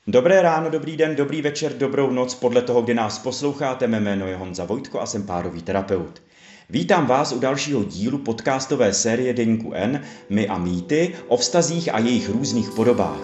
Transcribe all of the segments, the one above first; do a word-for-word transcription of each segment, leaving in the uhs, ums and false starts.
Dobré ráno, dobrý den, dobrý večer, dobrou noc, podle toho, kdy nás posloucháte. Mé jméno je Honza Vojtko a jsem párový terapeut. Vítám vás u dalšího dílu podcastové série Deníku N, My a mýty, o vztazích a jejich různých podobách.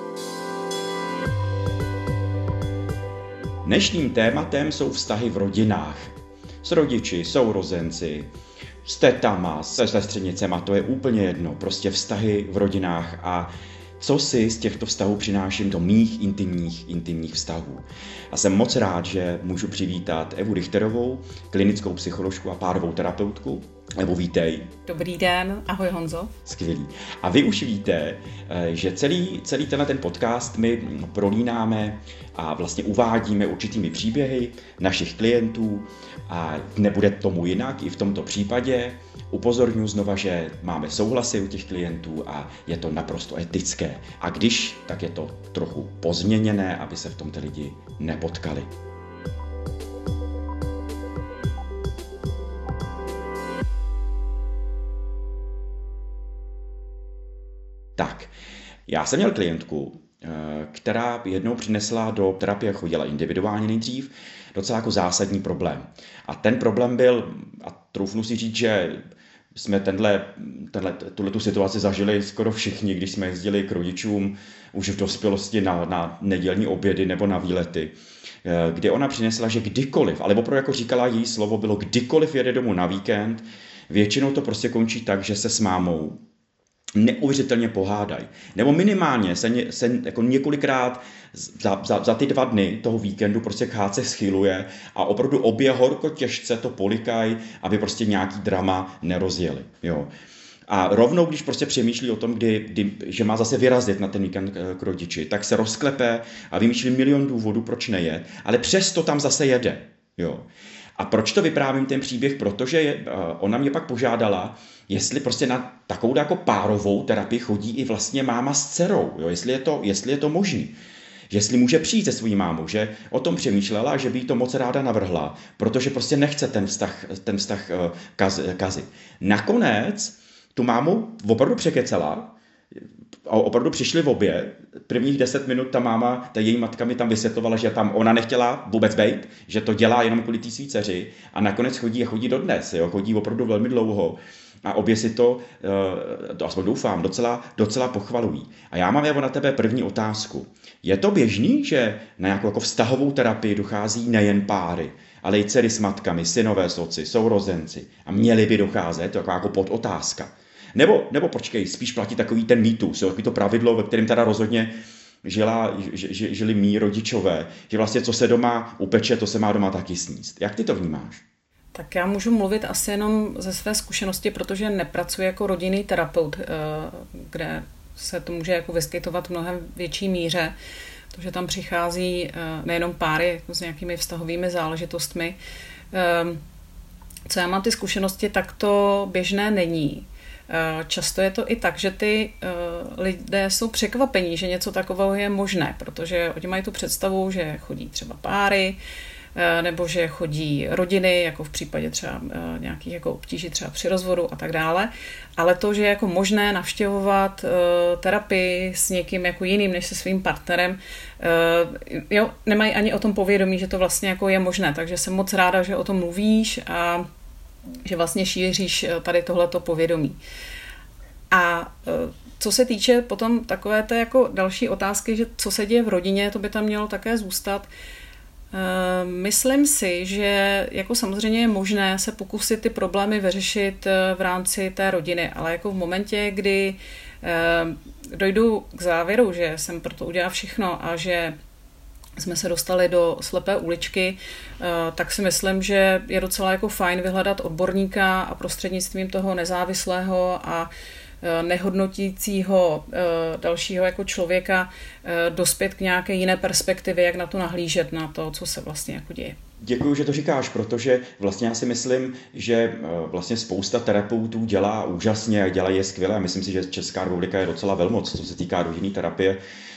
Dnešním tématem jsou vztahy v rodinách. S rodiči, sourozenci, s tetama, se sestřenicema, to je úplně jedno. Prostě vztahy v rodinách a co si z těchto vztahů přináším do mých intimních, intimních vztahů. A jsem moc rád, že můžu přivítat Evu Richterovou, klinickou psycholožku a párovou terapeutku. Evo, vítej. Dobrý den, ahoj Honzo. Skvělý. A vy už víte, že celý, celý tenhle ten podcast my prolínáme a vlastně uvádíme určitými příběhy našich klientů a nebude tomu jinak i v tomto případě. Upozorňuji znova, že máme souhlasy u těch klientů a je to naprosto etické. A když, tak je to trochu pozměněné, aby se v tom ty lidi nepotkali. Tak, já jsem měl klientku, která jednou přinesla do terapie, chodila individuálně nejdřív, docela jako zásadní problém. A ten problém byl, a troufnu si říct, že jsme tenhle, tenhle, tuhletu situaci zažili skoro všichni, když jsme jezdili k rodičům už v dospělosti na, na nedělní obědy nebo na výlety, kdy ona přinesla, že kdykoliv, ale opravdu jako říkala, její slovo bylo, kdykoliv jede domů na víkend, většinou to prostě končí tak, že se s mámou neuvěřitelně pohádají. Nebo minimálně se, ně, se jako několikrát za, za, za ty dva dny toho víkendu prostě chátce schyluje a opravdu obě horko těžce to polikají, aby prostě nějaký drama nerozjeli. Jo. A rovnou, když prostě přemýšlí o tom, kdy, kdy, že má zase vyrazit na ten víkend k rodiči, tak se rozklepe a vymýšlí milion důvodů, proč nejet, ale přesto tam zase jede. Jo. A proč to vyprávím ten příběh? Protože je, ona mě pak požádala, jestli prostě na takovou jako párovou terapii chodí i vlastně máma s dcerou, jo? Jestli je to, jestli je to možný. Jestli může přijít se svojí mámou, že o tom přemýšlela, že by jí to moc ráda navrhla, protože prostě nechce ten vztah, ten vztah kaz, kazit. Nakonec tu mámu opravdu překecela, a opravdu přišli v obě. Prvních deset minut ta máma, ta její matka mi tam vysvětlovala, že tam ona nechtěla vůbec bejt, že to dělá jenom kvůli té svý dceři a nakonec chodí a chodí dodnes, jo? Chodí opravdu velmi dlouho a obě si to, to aspoň doufám, docela, docela pochvalují. A já mám na tebe první otázku. Je to běžný, že na nějakou jako vztahovou terapii dochází nejen páry, ale i dcery s matkami, synové s otci, sourozenci a měli by docházet, to jako podotázka. Nebo, nebo počkej, spíš platí takový ten mýtus, jo, takový to pravidlo, ve kterém teda rozhodně žila, ž, žili mý rodičové, že vlastně co se doma upeče, to se má doma taky sníst. Jak ty to vnímáš? Tak já můžu mluvit asi jenom ze své zkušenosti, protože nepracuji jako rodinný terapeut, kde se to může jako vyskytovat v mnohem větší míře, protože tam přichází nejenom páry jako s nějakými vztahovými záležitostmi. Co já mám ty zkušenosti, tak to běžné není. Často je to i tak, že ty lidé jsou překvapení, že něco takového je možné, protože oni mají tu představu, že chodí třeba páry, nebo že chodí rodiny, jako v případě třeba nějakých jako obtíží třeba při rozvodu a tak dále, ale to, že je jako možné navštěvovat terapii s někým jako jiným než se svým partnerem, jo, nemají ani o tom povědomí, že to vlastně jako je možné, takže jsem moc ráda, že o tom mluvíš a že vlastně šíříš tady tohleto povědomí. A co se týče potom takové té jako další otázky, že co se děje v rodině, to by tam mělo také zůstat. Myslím si, že jako samozřejmě je možné se pokusit ty problémy vyřešit v rámci té rodiny, ale jako v momentě, kdy dojdu k závěru, že jsem pro to udělala všechno a že jsme se dostali do slepé uličky, tak si myslím, že je docela jako fajn vyhledat odborníka a prostřednictvím toho nezávislého a nehodnotícího dalšího jako člověka dospět k nějaké jiné perspektivě, jak na to nahlížet, na to, co se vlastně jako děje. Děkuju, že to říkáš, protože vlastně já si myslím, že vlastně spousta terapeutů dělá úžasně a dělají je skvěle. Myslím si, že Česká republika je docela velmoc, co se týká rodinné terapie.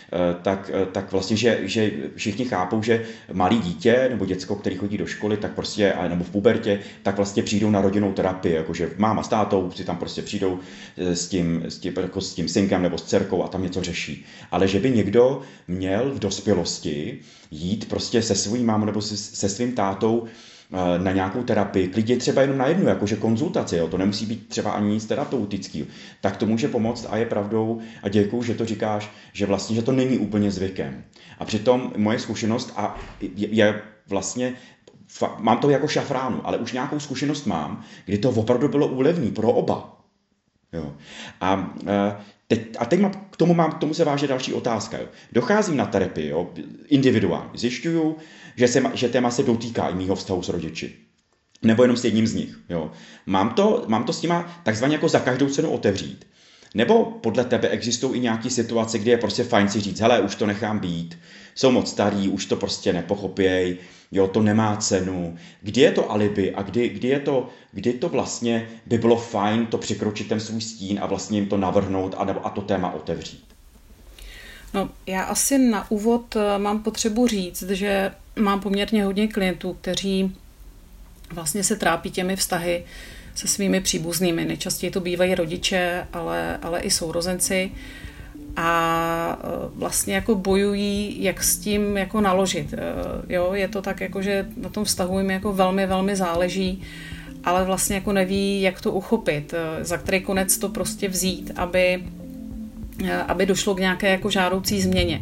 tak, tak vlastně, že, že všichni chápou, že malý dítě nebo děcko, který chodí do školy, tak prostě, nebo v pubertě, tak vlastně přijdou na rodinnou terapii, jakože máma s tátou si tam prostě přijdou s tím, s tím, jako s tím synkem nebo s dcerkou a tam něco řeší. Ale že by někdo měl v dospělosti jít prostě se svým mámou nebo se, se svým tátou na nějakou terapii, klidně třeba jenom na jednu, jakože konzultaci, jo, to nemusí být třeba ani nic terapeutického, tak to může pomoct a je pravdou a děkuju, že to říkáš, že vlastně, že to není úplně zvykem. A přitom moje zkušenost a je, je vlastně, mám to jako šafránu, ale už nějakou zkušenost mám, kdy to opravdu bylo úlevný pro oba. Jo. A Teď, a teď mám, k tomu mám, k tomu se váže další otázka. Jo. Docházím na terapii, jo, individuálně. Zjišťuju, že, se, že téma se dotýká i mýho vztahu s rodiči. Nebo jenom s jedním z nich. Jo. Mám, to, mám to s nima takzvaně jako za každou cenu otevřít. Nebo podle tebe existují i nějaké situace, kdy je prostě fajn si říct, hele, už to nechám být, jsou moc starý, už to prostě nepochopěj, jo, to nemá cenu. Kdy je to alibi a kdy, kdy, je to, kdy to vlastně by bylo fajn to překročit ten svůj stín a vlastně jim to navrhnout a, nebo, a to téma otevřít? No, já asi na úvod mám potřebu říct, že mám poměrně hodně klientů, kteří vlastně se trápí těmi vztahy se svými příbuznými. Nejčastěji to bývají rodiče, ale, ale i sourozenci. A vlastně jako bojují, jak s tím jako naložit. Jo, je to tak, jako, že na tom vztahu jim jako velmi, velmi záleží, ale vlastně jako neví, jak to uchopit, za který konec to prostě vzít, aby, aby došlo k nějaké jako žádoucí změně.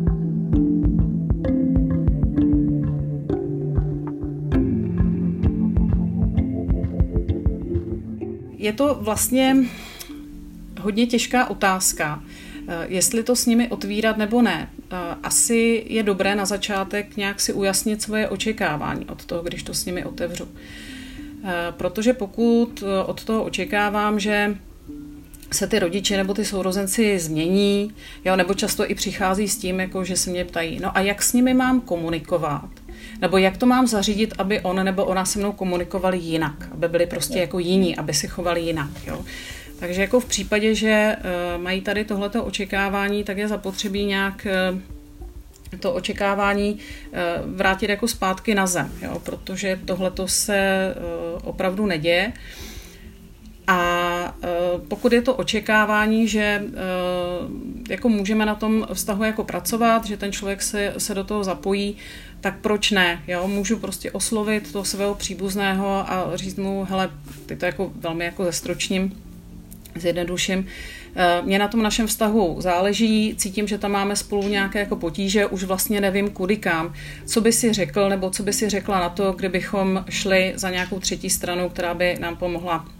Je to vlastně hodně těžká otázka, jestli to s nimi otvírat nebo ne. Asi je dobré na začátek nějak si ujasnit svoje očekávání od toho, když to s nimi otevřu. Protože pokud od toho očekávám, že se ty rodiče nebo ty sourozenci změní, jo, nebo často i přichází s tím, jako, že se mě ptají, no a jak s nimi mám komunikovat? Nebo jak to mám zařídit, aby on nebo ona se mnou komunikovali jinak, aby byli prostě jako jiní, aby se chovali jinak, jo. Takže jako v případě, že mají tady tohleto očekávání, tak je zapotřebí nějak to očekávání vrátit jako zpátky na zem, jo? Protože tohleto se opravdu neděje. A pokud je to očekávání, že jako můžeme na tom vztahu jako pracovat, že ten člověk se, se do toho zapojí, tak proč ne? Jo? Můžu prostě oslovit toho svého příbuzného a říct mu, hele, ty to jako velmi jako zestročním, zjednoduším. Mně na tom našem vztahu záleží, cítím, že tam máme spolu nějaké jako potíže, už vlastně nevím kudy kam. Co by si řekl, nebo co by si řekla na to, kdybychom šli za nějakou třetí stranu, která by nám pomohla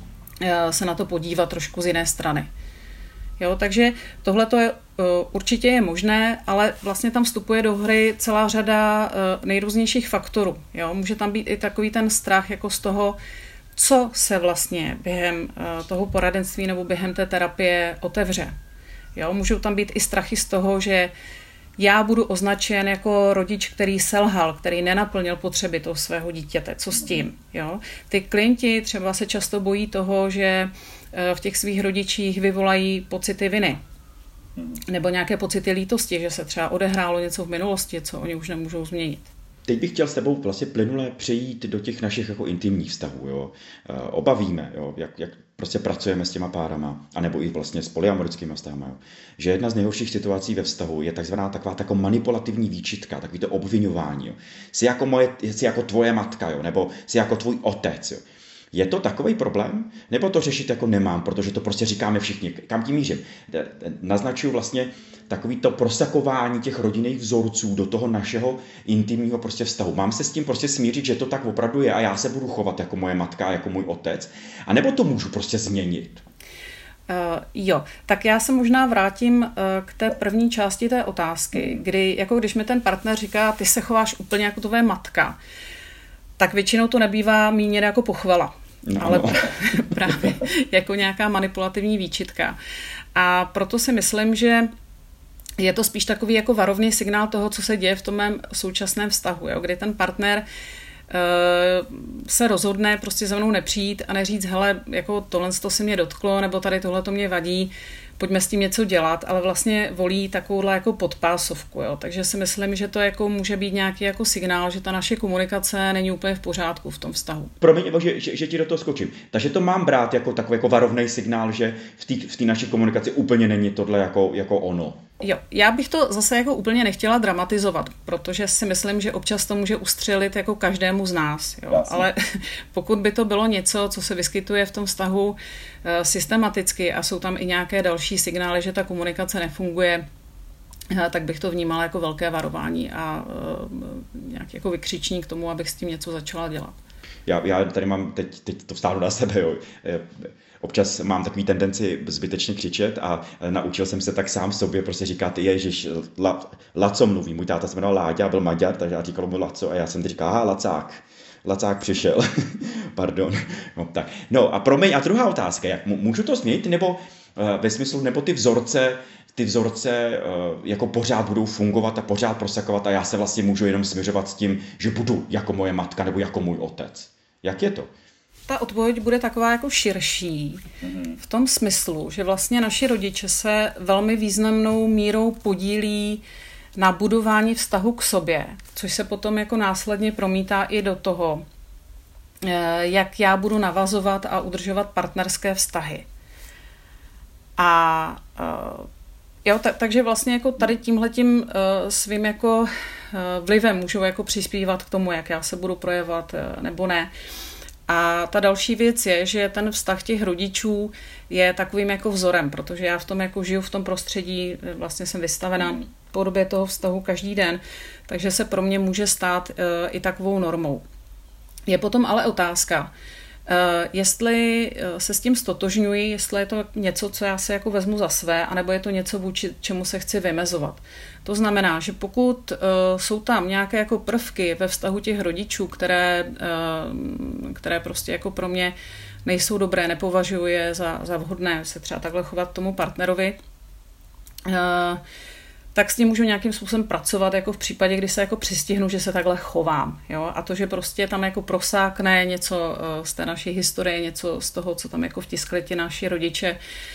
se na to podívat trošku z jiné strany. Jo, takže tohle je určitě je možné, ale vlastně tam vstupuje do hry celá řada nejrůznějších faktorů. Jo, může tam být i takový ten strach jako z toho, co se vlastně během toho poradenství nebo během té terapie otevře. Jo, můžou tam být i strachy z toho, že já budu označen jako rodič, který selhal, který nenaplnil potřeby toho svého dítěte. Co s tím? Jo? Ty klienti třeba se často bojí toho, že v těch svých rodičích vyvolají pocity viny nebo nějaké pocity lítosti, že se třeba odehrálo něco v minulosti, co oni už nemůžou změnit. Teď bych chtěl s tebou vlastně plynule přejít do těch našich jako intimních vztahů. Jo. Oba víme, jo, jak, jak prostě pracujeme s těma párama, anebo i vlastně s polyamorickými vztahama. Jo. Že jedna z nejhorších situací ve vztahu je takzvaná taková taková manipulativní výčitka, takový to obviňování. Jo. Jsi jako, moje, jsi jako tvoje matka, jo, nebo jsi jako tvůj otec. Jo. Je to takový problém? Nebo to řešit jako nemám, protože to prostě říkáme všichni. Kam tím mířím? Naznačuju vlastně takový to prosakování těch rodinných vzorců do toho našeho intimního prostě vztahu. Mám se s tím prostě smířit, že to tak opravdu je a já se budu chovat jako moje matka, jako můj otec? A nebo to můžu prostě změnit? Uh, jo, tak já se možná vrátím uh, k té první části té otázky, kdy jako když mi ten partner říká, ty se chováš úplně jako tvoje matka, tak většinou to nebývá míněno jako pochvala, no, ale no. právě jako nějaká manipulativní výčitka. A proto si myslím, že je to spíš takový jako varovný signál toho, co se děje v tom mém současném vztahu, jo, kdy ten partner uh, se rozhodne prostě za mnou nepřijít a neříct, hele, jako tohle to se mě dotklo, nebo tady tohle to mě vadí, pojďme s tím něco dělat, ale vlastně volí takovouhle jako podpásovku, jo. Takže si myslím, že to jako může být nějaký jako signál, že ta naše komunikace není úplně v pořádku v tom vztahu. Promiň, že, že, že ti do toho skočím. Takže to mám brát jako takový jako varovný signál, že v té v té naší komunikaci úplně není tohle jako, jako ono. Jo, já bych to zase jako úplně nechtěla dramatizovat, protože si myslím, že občas to může ustřelit jako každému z nás. Jo? Ale pokud by to bylo něco, co se vyskytuje v tom vztahu e, systematicky a jsou tam i nějaké další signály, že ta komunikace nefunguje, e, tak bych to vnímala jako velké varování a e, nějaký jako vykřičník k tomu, abych s tím něco začala dělat. Já, já tady mám, teď, teď to vstáhnu na sebe, jo. Občas mám takový tendenci zbytečně křičet a naučil jsem se tak sám sobě prostě říkat, ježiš, la, Laco mluví, můj táta se jmenoval Láďa, byl Maďar, takže já říkal mu Laco a já jsem říkal, aha, Lacák, Lacák přišel, pardon. No, tak. No a promiň, a druhá otázka, jak můžu to změnit, nebo uh, ve smyslu, nebo ty vzorce, ty vzorce uh, jako pořád budou fungovat a pořád prosakovat a já se vlastně můžu jenom směřovat s tím, že budu jako moje matka nebo jako můj otec. Jak je to? Ta odpověď bude taková jako širší v tom smyslu, že vlastně naši rodiče se velmi významnou mírou podílí na budování vztahu k sobě, což se potom jako následně promítá i do toho, jak já budu navazovat a udržovat partnerské vztahy. A jo, tak, takže vlastně jako tady tímhletím svým jako vlivem můžou jako přispívat k tomu, jak já se budu projevovat nebo ne. A ta další věc je, že ten vztah těch rodičů je takovým jako vzorem, protože já v tom jako žiju v tom prostředí, vlastně jsem vystavená v podobě toho vztahu každý den, takže se pro mě může stát e, i takovou normou. Je potom ale otázka, e, jestli se s tím stotožňuji, jestli je to něco, co já se jako vezmu za své, anebo je to něco, vůči čemu se chci vymezovat. To znamená, že pokud uh, jsou tam nějaké jako prvky ve vztahu těch rodičů, které, uh, které prostě jako pro mě nejsou dobré, nepovažuji je za, za vhodné se třeba takhle chovat k tomu partnerovi, uh, tak s ním můžu nějakým způsobem pracovat, jako v případě, kdy se jako přistihnu, že se takhle chovám. Jo? A to, že prostě tam jako prosákne něco uh, z té naší historie, něco z toho, co tam jako vtiskli ti naši rodiče.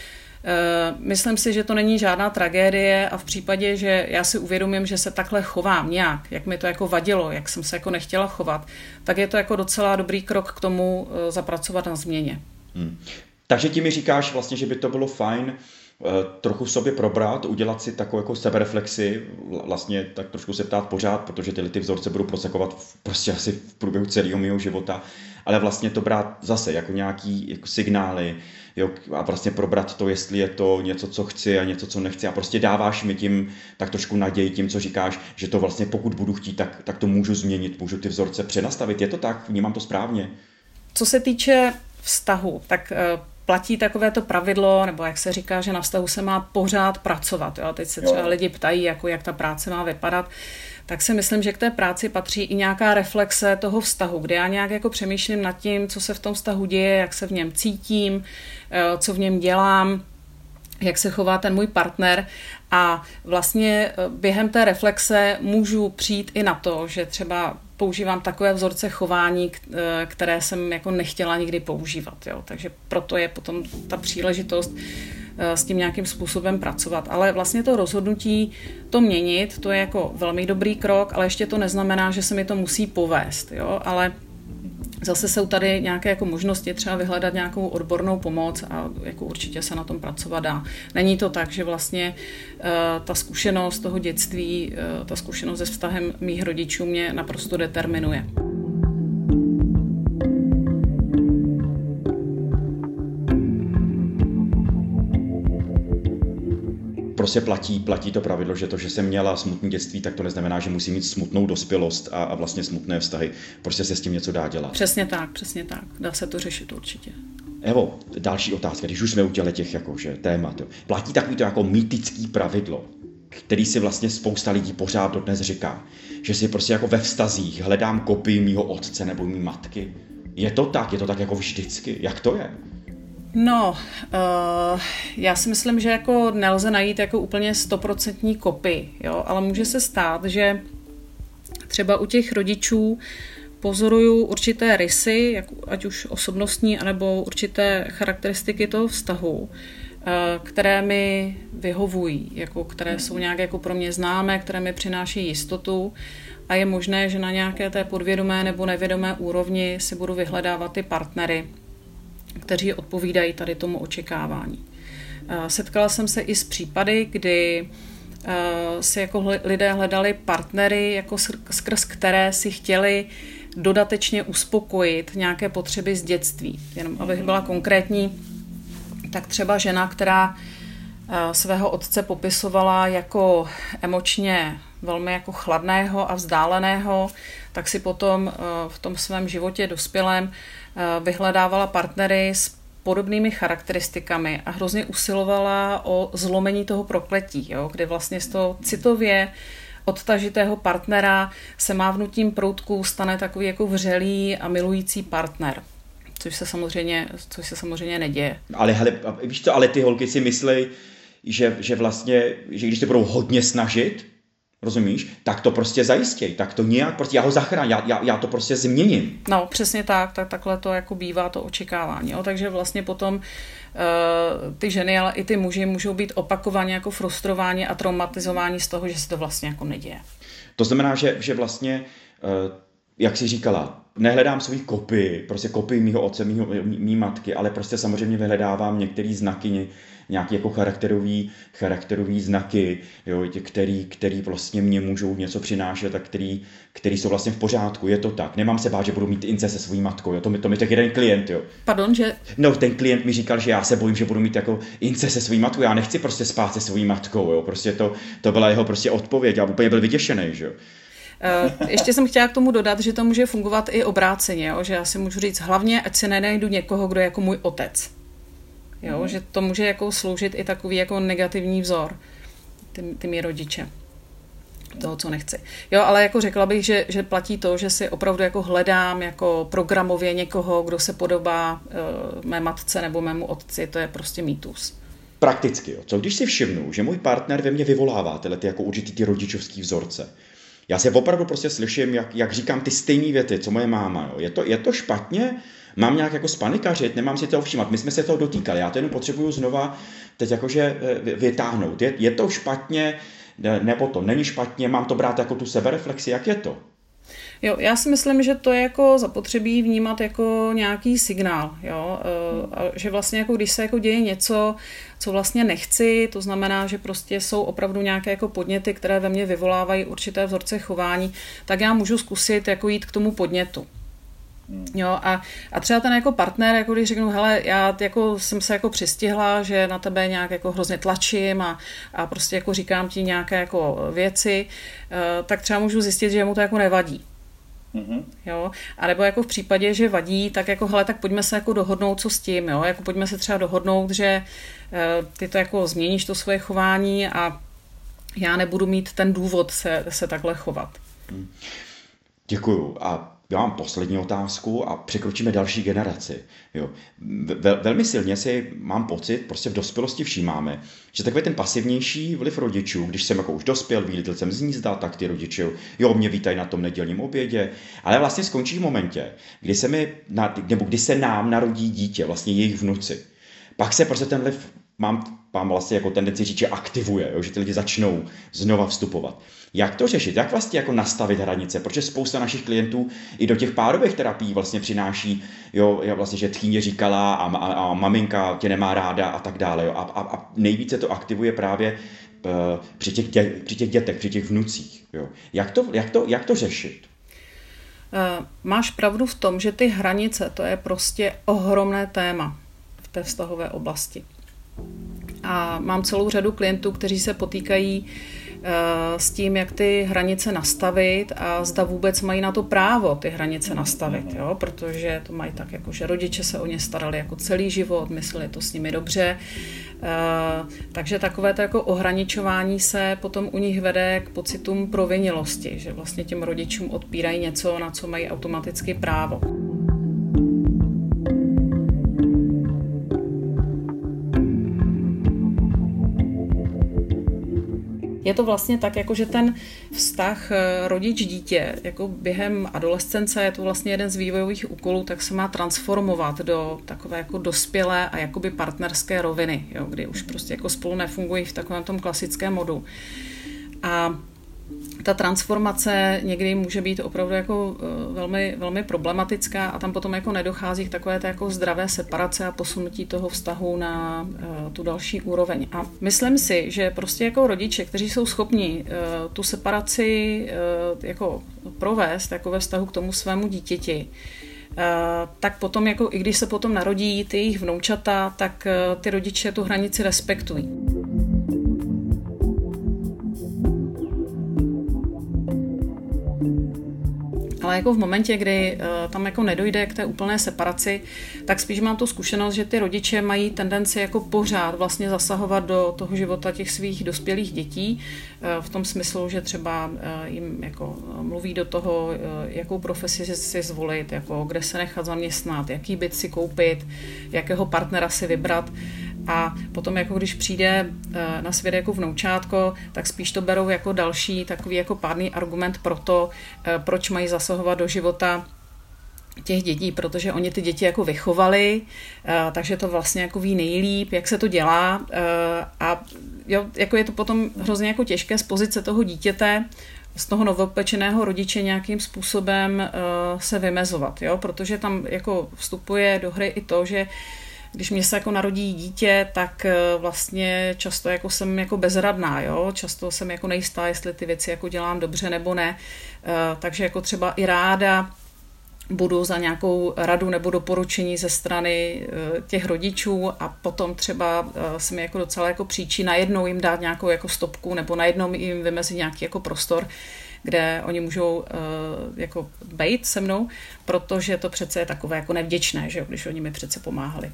Myslím si, že to není žádná tragédie a v případě, že já si uvědomím, že se takhle chovám nějak, jak mi to jako vadilo, jak jsem se jako nechtěla chovat, tak je to jako docela dobrý krok k tomu zapracovat na změně. Hmm. Takže ti mi říkáš vlastně, že by to bylo fajn trochu sobě probrat, udělat si takovou jako sebereflexi, vlastně tak trošku se ptát pořád, protože tyhle ty vzorce budou prosakovat v, prostě asi v průběhu celého mého života, ale vlastně to brát zase jako nějaký jako signály, jo, a vlastně probrat to, jestli je to něco, co chci a něco, co nechci a prostě dáváš mi tím tak trošku naději tím, co říkáš, že to vlastně pokud budu chtít, tak, tak to můžu změnit, můžu ty vzorce přenastavit, je to tak, vnímám to správně. Co se týče vztahu, tak platí takové to pravidlo, nebo jak se říká, že na vztahu se má pořád pracovat. Jo? Teď se třeba jo. lidi ptají, jako jak ta práce má vypadat. Tak si myslím, že k té práci patří i nějaká reflexe toho vztahu, kde já nějak jako přemýšlím nad tím, co se v tom vztahu děje, jak se v něm cítím, co v něm dělám, jak se chová ten můj partner a vlastně během té reflexe můžu přijít i na to, že třeba používám takové vzorce chování, které jsem jako nechtěla nikdy používat. Jo? Takže proto je potom ta příležitost s tím nějakým způsobem pracovat. Ale vlastně to rozhodnutí to měnit, to je jako velmi dobrý krok, ale ještě to neznamená, že se mi to musí povést. Jo? Ale zase jsou tady nějaké jako možnosti třeba vyhledat nějakou odbornou pomoc a jako určitě se na tom pracovat dá. Není to tak, že vlastně uh, ta zkušenost toho dětství, uh, ta zkušenost se vztahem mých rodičů mě naprosto determinuje. Prostě platí, platí to pravidlo, že to, že jsem měla smutné dětství, tak to neznamená, že musím mít smutnou dospělost a, a vlastně smutné vztahy. Prostě se s tím něco dá dělat. Přesně tak, přesně tak. Dá se to řešit určitě. Evo, další otázka, když už jsme u těle těch jakože, témat. Jo. Platí takový to jako mýtický pravidlo, který si vlastně spousta lidí pořád dodnes říká, že si prostě jako ve vztazích hledám kopii mýho otce nebo mý matky. Je to tak? Je to tak jako vždycky? Jak to je? No, uh, já si myslím, že jako nelze najít jako úplně stoprocentní kopii, jo, ale může se stát, že třeba u těch rodičů pozoruju určité rysy, jak, ať už osobnostní, anebo určité charakteristiky toho vztahu, uh, které mi vyhovují, jako, které jsou nějak jako pro mě známé, které mi přináší jistotu a je možné, že na nějaké té podvědomé nebo nevědomé úrovni si budu vyhledávat ty partnery, kteří odpovídají tady tomu očekávání. Setkala jsem se i s případy, kdy si jako lidé hledali partnery, jako skrz které si chtěli dodatečně uspokojit nějaké potřeby z dětství. Jenom abych byla konkrétní, tak třeba žena, která svého otce popisovala jako emočně velmi jako chladného a vzdáleného, tak si potom v tom svém životě dospělém vyhledávala partnery s podobnými charakteristikami a hrozně usilovala o zlomení toho prokletí, jo, kdy vlastně z toho citově odtažitého partnera se mávnutím proutku stane takový jako vřelý a milující partner. Což se samozřejmě, což se samozřejmě neděje. Ale hele, víš co, ale ty holky si myslej, že, že vlastně, že když se budou hodně snažit, rozumíš, tak to prostě zajistěj, tak to nějak, prostě já ho zachráním, já, já, já to prostě změním. No, přesně tak, tak takhle to jako bývá to očekávání, jo? Takže vlastně potom uh, ty ženy, ale i ty muži můžou být opakovaně jako frustrováni a traumatizováni z toho, že se to vlastně jako neděje. To znamená, že, že vlastně, uh, jak jsi říkala, nehledám svůj kopii, prostě kopii mýho otce, mýho, mý matky, ale prostě samozřejmě vyhledávám některé znaky, nějaké jako charakterový, charakterový znaky, jo, který, který vlastně mě můžou něco přinášet a který, který jsou vlastně v pořádku. Je to tak. Nemám se bát, že budu mít incest se svojí matkou. Jo. To mi to mi tak jeden klient. Jo. Pardon, že? No, ten klient mi říkal, že já se bojím, že budu mít jako incest se svojí matkou. Já nechci prostě spát se svojí matkou. Jo. Prostě to, to byla jeho prostě odpověď. Já úplně byl vyděšený. Že? Uh, ještě jsem chtěla k tomu dodat, že to může fungovat i obráceně, jo? Že já si můžu říct hlavně, ať si nenajdu někoho, kdo je jako můj otec. Jo? Mm. Že to může jako sloužit i takový jako negativní vzor, ty, ty mý rodiče, toho, co nechci. Jo, ale jako řekla bych, že, že platí to, že si opravdu jako hledám jako programově někoho, kdo se podobá uh, mé matce nebo mému otci, to je prostě mýtus. Prakticky, jo. Co když si všimnu, že můj partner ve mně vyvolává tyhle ty jako určitý ty rodičovský vzorce. Já se opravdu prostě slyším, jak, jak říkám ty stejné věty, co moje máma. Jo. Je, to, je to špatně? Mám nějak jako spanikařit? Nemám si toho všímat? My jsme se toho dotýkali. Já to jenom potřebuju znova teď jakože vytáhnout. Je, je to špatně, nebo to není špatně? Mám to brát jako tu sebereflexi? Jak je to? Jo, já si myslím, že to je jako zapotřebí vnímat jako nějaký signál, jo, a že vlastně jako když se jako děje něco, co vlastně nechci, to znamená, že prostě jsou opravdu nějaké jako podněty, které ve mně vyvolávají určité vzorce chování, tak já můžu zkusit jako jít k tomu podnětu. Jo, a, a třeba ten jako partner, jako když řeknu, hele, já jako jsem se jako přistihla, že na tebe nějak jako hrozně tlačím a, a prostě jako říkám ti nějaké jako věci, tak třeba můžu zjistit, že mu to jako nevadí. Mm-hmm. Jo? A nebo jako v případě, že vadí, tak jako hele, tak pojďme se jako dohodnout, co s tím, jo? Jako pojďme se třeba dohodnout, že uh, ty to jako změníš to svoje chování a já nebudu mít ten důvod se, se takhle chovat. Mm. Děkuju. A já mám poslední otázku a překročíme další generaci. Jo. Vel, velmi silně si mám pocit, prostě v dospělosti všímáme, že takový ten pasivnější vliv rodičů, když jsem jako už dospěl, vylítl jsem z hnízda, tak ty rodiče, jo, mě vítají na tom nedělním obědě, ale vlastně skončí v momentě, kdy se mi, nebo kdy se nám narodí dítě, vlastně jejich vnuci. Pak se prostě ten vliv mám, mám vlastně jako tendenci říct, že aktivuje, jo, že ty lidi začnou znova vstupovat. Jak to řešit? Jak vlastně jako nastavit hranice? Protože spousta našich klientů i do těch párových terapií vlastně přináší, jo, vlastně, že tchýně říkala a, a, a maminka tě nemá ráda a tak dále. Jo. A, a, a nejvíce to aktivuje právě uh, při, těch dě, při těch dětech, při těch vnucích. Jo. Jak, to, jak, to, jak to řešit? Uh, máš pravdu v tom, že ty hranice, to je prostě ohromné téma v té vztahové oblasti. A mám celou řadu klientů, kteří se potýkají s tím, jak ty hranice nastavit a zda vůbec mají na to právo ty hranice nastavit, jo? Protože to mají tak, jako, že rodiče se o ně starali jako celý život, mysleli to s nimi dobře, takže takové to jako ohraničování se potom u nich vede k pocitům provinilivosti, že vlastně těm rodičům odpírají něco, na co mají automaticky právo. Je to vlastně tak, jako že ten vztah rodič-dítě, jako během adolescence je to vlastně jeden z vývojových úkolů, tak se má transformovat do takové jako dospělé a jakoby partnerské roviny, jo, kdy už prostě jako spolu nefungují v takovém tom klasickém modu. A ta transformace někdy může být opravdu jako velmi, velmi problematická a tam potom jako nedochází k takové té jako zdravé separace a posunutí toho vztahu na uh, tu další úroveň. A myslím si, že prostě jako rodiče, kteří jsou schopni uh, tu separaci uh, jako provést jako ve vztahu k tomu svému dítěti, uh, tak potom jako i když se potom narodí ty jejich vnoučata, tak uh, ty rodiče tu hranici respektují. Ale jako v momentě, kdy uh, tam jako nedojde k té úplné separaci, tak spíš mám tu zkušenost, že ty rodiče mají tendenci jako pořád vlastně zasahovat do toho života těch svých dospělých dětí, uh, v tom smyslu, že třeba uh, jim jako mluví do toho, uh, jakou profesi si zvolit, jako kde se nechat zaměstnat, jaký byt si koupit, jakého partnera si vybrat. A potom, jako když přijde na svět jako vnoučátko, tak spíš to berou jako další takový jako pádný argument pro to, proč mají zasahovat do života těch dětí, protože oni ty děti jako vychovali, takže to vlastně jako ví nejlíp, jak se to dělá a jo, jako je to potom hrozně jako těžké z pozice toho dítěte, z toho novopečeného rodiče nějakým způsobem se vymezovat, jo, protože tam jako vstupuje do hry i to, že když mě se jako narodí dítě, tak vlastně často jako jsem jako bezradná, jo? Často jsem jako nejistá, jestli ty věci jako dělám dobře nebo ne. Takže jako třeba i ráda budu za nějakou radu nebo doporučení ze strany těch rodičů a potom třeba se mi jako docela jako příčí najednou jim dát nějakou jako stopku nebo najednou jim vymezit nějaký jako prostor, kde oni můžou uh, jako bejt se mnou, protože to přece je takové jako nevděčné, že jo, když oni mi přece pomáhali.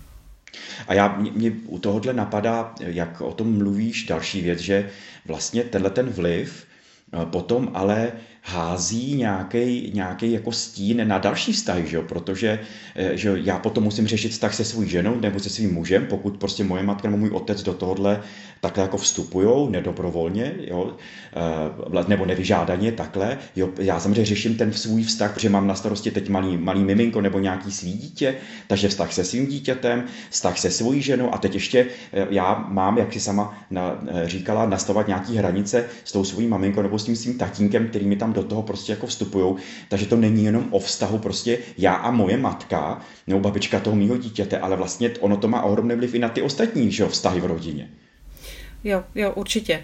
A já, mě, mě u tohohle napadá, jak o tom mluvíš, další věc, že vlastně tenhle ten vliv potom ale hází nějaký, nějaký jako stín na další vztahy, že jo? Protože že já potom musím řešit vztah se svou ženou nebo se svým mužem, pokud prostě moje matka nebo můj otec do tohohle takhle jako vstupujou nedobrovolně, jo? Nebo nevyžádaně takhle. Jo? Já samozřejmě řeším ten svůj vztah, protože mám na starosti teď malý, malý miminko nebo nějaký svý dítě, takže vztah se svým dítětem, vztah se svojí ženou a teď ještě já mám, jak si sama na, říkala, nastavovat nějaký hranice s tou svojí maminkou nebo s tím svým tatínkem, který mi tam do toho prostě jako vstupujou, takže to není jenom o vztahu prostě já a moje matka nebo babička toho mýho dítěte, ale vlastně ono to má ohromný vliv i na ty ostatní, že jo, vztahy v rodině. Jo, jo, určitě.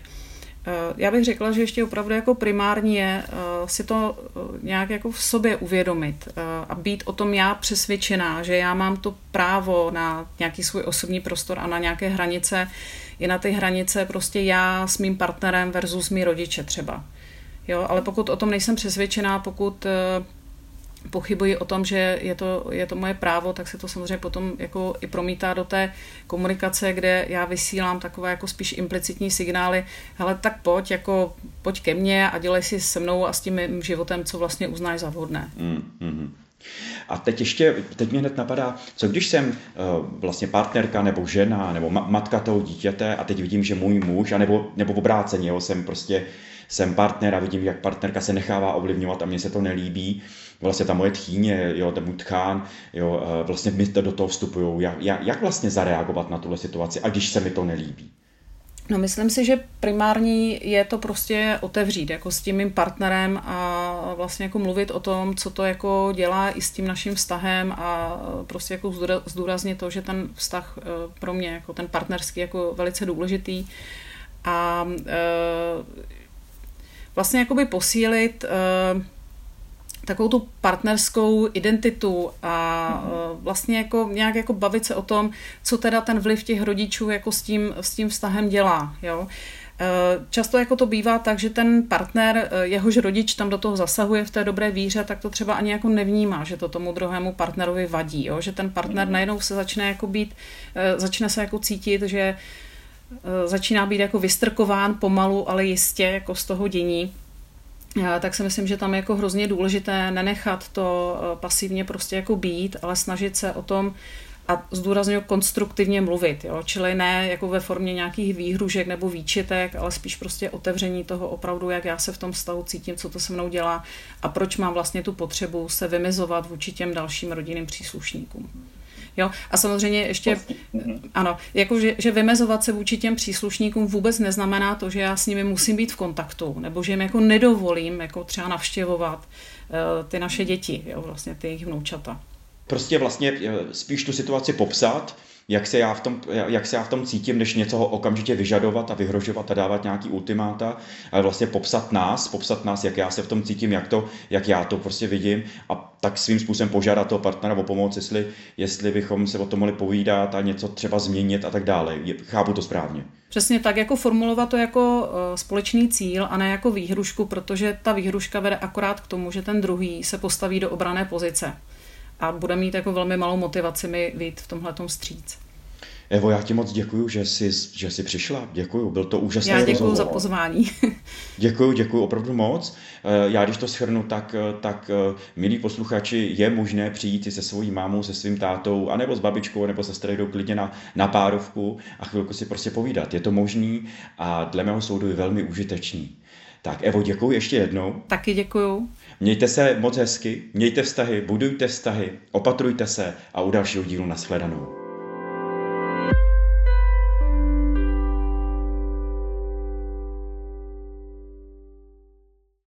Já bych řekla, že ještě opravdu jako primární je si to nějak jako v sobě uvědomit a být o tom já přesvědčená, že já mám to právo na nějaký svůj osobní prostor a na nějaké hranice, i na ty hranice prostě já s mým partnerem versus mý rodiče třeba. Jo, ale pokud o tom nejsem přesvědčená, pokud pochybuji o tom, že je to, je to moje právo, tak se to samozřejmě potom jako i promítá do té komunikace, kde já vysílám takové jako spíš implicitní signály, hele, tak pojď, jako pojď ke mně a dělej si se mnou a s tím mým životem, co vlastně uznáš za vhodné. Mm-hmm. A teď ještě, teď mě hned napadá, co když jsem uh, vlastně partnerka nebo žena nebo ma- matka toho dítěte a teď vidím, že můj muž, anebo, nebo obráceně, jo, jsem prostě jsem partner a vidím, jak partnerka se nechává ovlivňovat a mně se to nelíbí. Vlastně ta moje tchýně, jo, ten můj tchán, jo, vlastně mi to do toho vstupují. Jak, jak vlastně zareagovat na tuhle situaci, a když se mi to nelíbí? No, myslím si, že primární je to prostě otevřít jako s tím mým partnerem a vlastně jako mluvit o tom, co to jako dělá i s tím naším vztahem a prostě jako zdůraznit to, že ten vztah pro mě, jako ten partnerský, jako velice důležitý a vlastně jakoby posílit takovou tu partnerskou identitu a vlastně jako nějak jako bavit se o tom, co teda ten vliv těch rodičů jako s tím, s tím vztahem dělá. Jo? Často jako to bývá tak, že ten partner, jehož rodič tam do toho zasahuje v té dobré víře, tak to třeba ani jako nevnímá, že to tomu druhému partnerovi vadí. Jo? Že ten partner najednou se začne jako být, začne se jako cítit, že začíná být jako vystrkován pomalu, ale jistě jako z toho dění. Tak si myslím, že tam je jako hrozně důležité nenechat to pasivně prostě jako být, ale snažit se o tom a zdůrazňuji konstruktivně mluvit, jo? Čili ne jako ve formě nějakých výhružek nebo výčitek, ale spíš prostě otevření toho opravdu, jak já se v tom vztahu cítím, co to se mnou dělá a proč mám vlastně tu potřebu se vymezovat vůči těm dalším rodinným příslušníkům. Jo? A samozřejmě ještě, ano, jako že, že vymezovat se vůči těm příslušníkům vůbec neznamená to, že já s nimi musím být v kontaktu, nebo že jim jako nedovolím jako třeba navštěvovat uh, ty naše děti, jo? Vlastně ty jejich vnoučata. Prostě vlastně spíš tu situaci popsat, jak se já v tom, jak se já v tom cítím, než něco okamžitě vyžadovat a vyhrožovat a dávat nějaký ultimáta, ale vlastně popsat nás, popsat nás, jak já se v tom cítím, jak, to, jak já to prostě vidím a tak svým způsobem požádat toho partnera o pomoc, jestli, jestli bychom se o tom mohli povídat a něco třeba změnit a tak dále. Chápu to správně. Přesně tak, jako formulovat to jako společný cíl a ne jako výhrušku, protože ta výhruška vede akorát k tomu, že ten druhý se postaví do obranné pozice. A bude mít jako velmi malou motivaci mi vyjít v tomhletom vstříc. Evo, já ti moc děkuju, že jsi, že jsi přišla. Děkuju, byl to úžasný rozhovor. Já děkuju rozhovor. za pozvání. Děkuju, děkuju opravdu moc. Já když to shrnu, tak, tak milí posluchači, je možné přijít si se svojí mámou, se svým tátou, anebo s babičkou, nebo se strejdou klidně na, na párovku a chvilku si prostě povídat. Je to možný a dle mého soudu je velmi užitečný. Tak Evo, děkuju ještě jednou. Taky děkuju. Mějte se moc hezky, mějte vztahy, budujte vztahy, opatrujte se a u dalšího dílu nashledanou.